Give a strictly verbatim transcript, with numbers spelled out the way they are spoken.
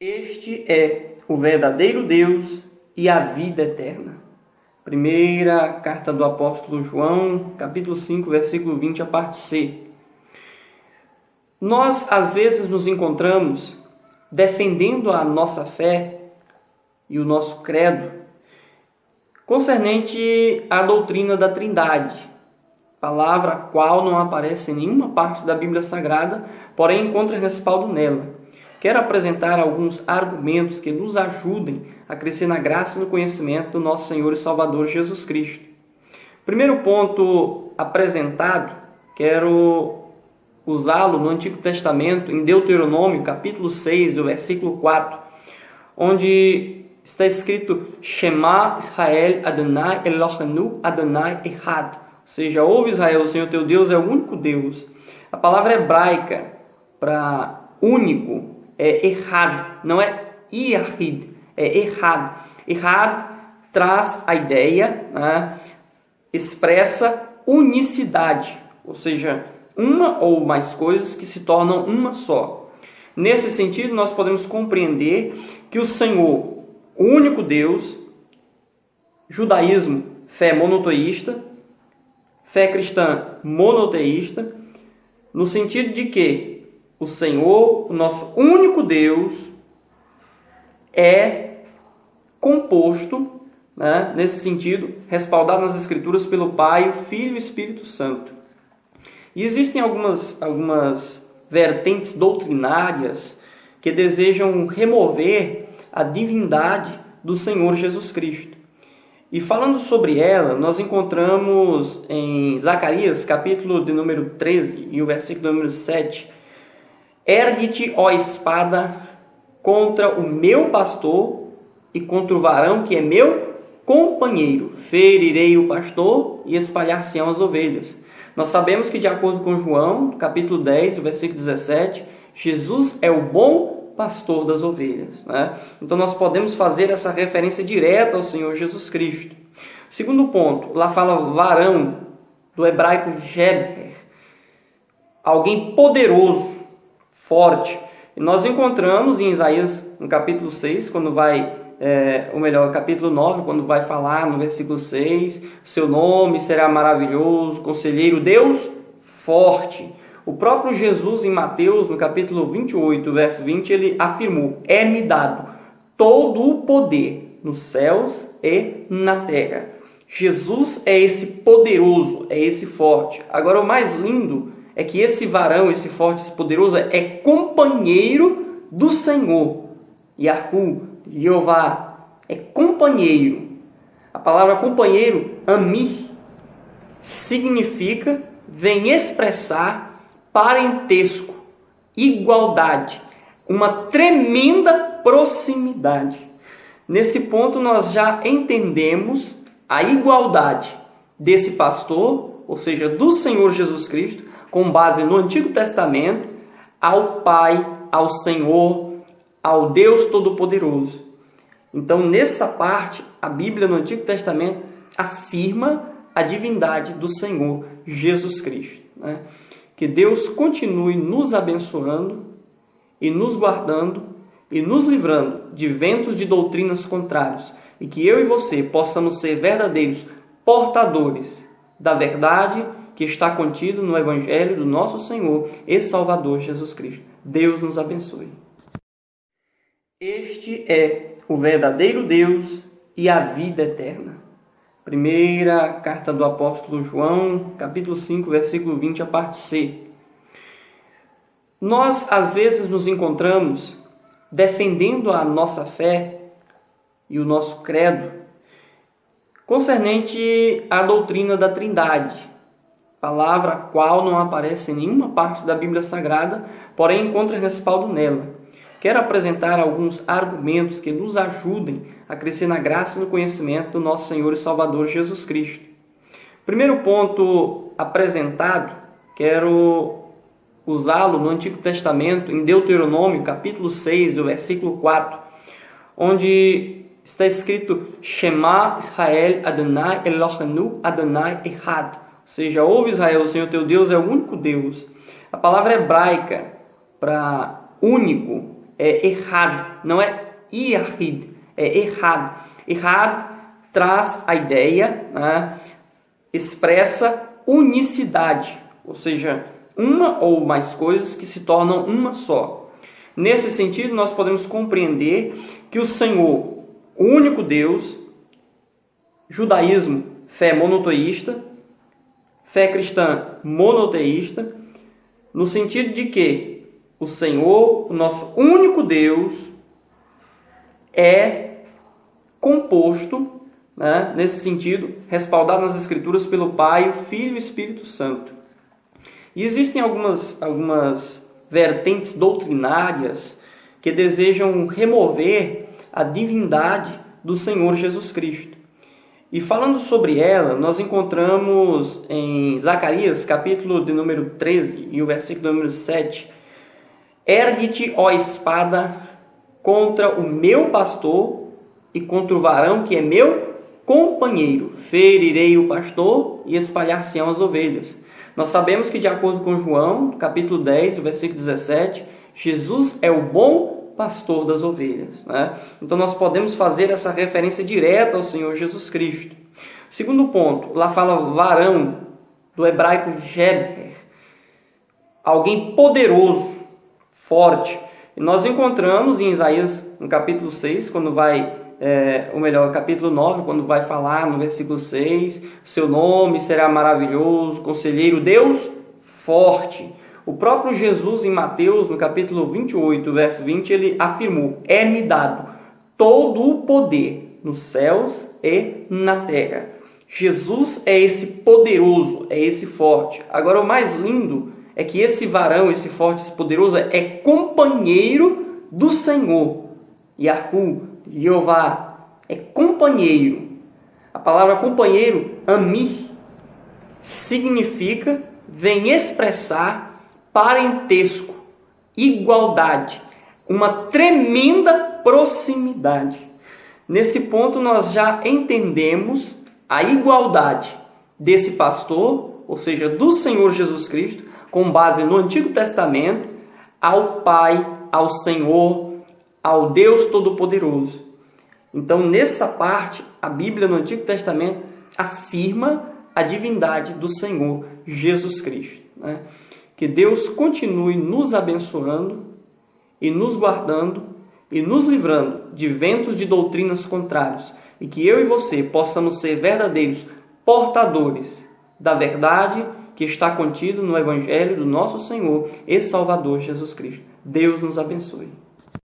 Este é o verdadeiro Deus e a vida eterna. Primeira carta do apóstolo João, capítulo cinco, versículo vinte, a parte C. Nós, às vezes, nos encontramos defendendo a nossa fé e o nosso credo concernente à doutrina da Trindade, palavra a qual não aparece em nenhuma parte da Bíblia Sagrada, porém encontra respaldo nela. Quero apresentar alguns argumentos que nos ajudem a crescer na graça e no conhecimento do nosso Senhor e Salvador Jesus Cristo. Primeiro ponto apresentado, quero usá-lo no Antigo Testamento, em Deuteronômio, capítulo seis, o versículo quatro, onde está escrito Shema Israel Adonai Eloheinu Adonai Echad, ou seja, ouve Israel, o Senhor teu Deus é o único Deus. A palavra hebraica para único é Echad, não é Yahid, é Echad. Echad traz a ideia, né, expressa unicidade, ou seja, uma ou mais coisas que se tornam uma só. Nesse sentido, nós podemos compreender que o Senhor, o único Deus, judaísmo, fé monoteísta, fé cristã monoteísta, no sentido de que o Senhor, o nosso único Deus, é composto, né, nesse sentido, respaldado nas Escrituras pelo Pai, o Filho e o Espírito Santo. E existem algumas, algumas vertentes doutrinárias que desejam remover a divindade do Senhor Jesus Cristo. E falando sobre ela, nós encontramos em Zacarias, capítulo de número treze, e o versículo número sete, Ergue-te, ó espada, contra o meu pastor e contra o varão que é meu companheiro. Ferirei o pastor e espalhar-se-ão as ovelhas. Nós sabemos que, de acordo com João, capítulo dez, versículo dezessete, Jesus é o bom pastor das ovelhas, né? Então nós podemos fazer essa referência direta ao Senhor Jesus Cristo. Segundo ponto, lá fala varão, do hebraico Geber, alguém poderoso, forte. E nós encontramos em Isaías, no capítulo seis, quando vai, é, ou melhor, capítulo nove, quando vai falar no versículo seis, seu nome será maravilhoso, conselheiro, Deus forte. O próprio Jesus, em Mateus, no capítulo vinte e oito, verso vinte, ele afirmou, é-me dado todo o poder nos céus e na terra. Jesus é esse poderoso, é esse forte. Agora, o mais lindo é que esse varão, esse forte, esse poderoso, é companheiro do Senhor. Yahu, Jeová, é companheiro. A palavra companheiro, amir, significa, vem expressar parentesco, igualdade, uma tremenda proximidade. Nesse ponto nós já entendemos a igualdade desse pastor, ou seja, do Senhor Jesus Cristo, com base no Antigo Testamento, ao Pai, ao Senhor, ao Deus Todo-Poderoso. Então, nessa parte, a Bíblia no Antigo Testamento afirma a divindade do Senhor Jesus Cristo, né? Que Deus continue nos abençoando e nos guardando e nos livrando de ventos de doutrinas contrárias e que eu e você possamos ser verdadeiros portadores da verdade que está contido no Evangelho do nosso Senhor e Salvador Jesus Cristo. Deus nos abençoe. Este é o verdadeiro Deus e a vida eterna. Primeira carta do apóstolo João, capítulo cinco, versículo vinte, a parte C. Nós, às vezes, nos encontramos defendendo a nossa fé e o nosso credo concernente à doutrina da Trindade, palavra a qual não aparece em nenhuma parte da Bíblia Sagrada, porém encontra respaldo nela. Quero apresentar alguns argumentos que nos ajudem a crescer na graça e no conhecimento do nosso Senhor e Salvador Jesus Cristo. Primeiro ponto apresentado, quero usá-lo no Antigo Testamento, em Deuteronômio, capítulo seis, o versículo quatro, onde está escrito Shema Israel Adonai Eloheinu Adonai Echad, ou seja, ouve Israel, o Senhor teu Deus é o único Deus. A palavra hebraica para único é errad, não é iahid, é errad. Errad traz a ideia, né, expressa unicidade, ou seja, uma ou mais coisas que se tornam uma só. Nesse sentido, nós podemos compreender que o Senhor, o único Deus, judaísmo, fé monoteísta, fé cristã monoteísta, no sentido de que o Senhor, o nosso único Deus, é composto, né, nesse sentido, respaldado nas Escrituras pelo Pai, o Filho e o Espírito Santo. E existem algumas, algumas vertentes doutrinárias que desejam remover a divindade do Senhor Jesus Cristo. E falando sobre ela, nós encontramos em Zacarias, capítulo de número treze, e o versículo número sete, ergue-te, ó espada, contra o meu pastor e contra o varão que é meu companheiro. Ferirei o pastor e espalhar-se-ão as ovelhas. Nós sabemos que, de acordo com João, capítulo dez, versículo dezessete, Jesus é o bom pastor das ovelhas, né? Então nós podemos fazer essa referência direta ao Senhor Jesus Cristo. Segundo ponto, lá fala varão, do hebraico Geber, alguém poderoso, forte. E nós encontramos em Isaías, no capítulo seis, quando vai, é, ou melhor, capítulo nove, quando vai falar no versículo seis, seu nome será maravilhoso, conselheiro, Deus forte. O próprio Jesus, em Mateus, no capítulo vinte e oito, verso vinte, ele afirmou, é-me dado todo o poder nos céus e na terra. Jesus é esse poderoso, é esse forte. Agora, o mais lindo é que esse varão, esse forte, esse poderoso, é companheiro do Senhor. Yahu, Jeová, é companheiro. A palavra companheiro, amir, significa, vem expressar parentesco, igualdade, uma tremenda proximidade. Nesse ponto nós já entendemos a igualdade desse pastor, ou seja, do Senhor Jesus Cristo, com base no Antigo Testamento, ao Pai, ao Senhor, ao Deus Todo-Poderoso. Então, nessa parte, a Bíblia no Antigo Testamento afirma a divindade do Senhor Jesus Cristo, né? Que Deus continue nos abençoando e nos guardando e nos livrando de ventos de doutrinas contrários, e que eu e você possamos ser verdadeiros portadores da verdade que está contido no Evangelho do nosso Senhor e Salvador Jesus Cristo. Deus nos abençoe.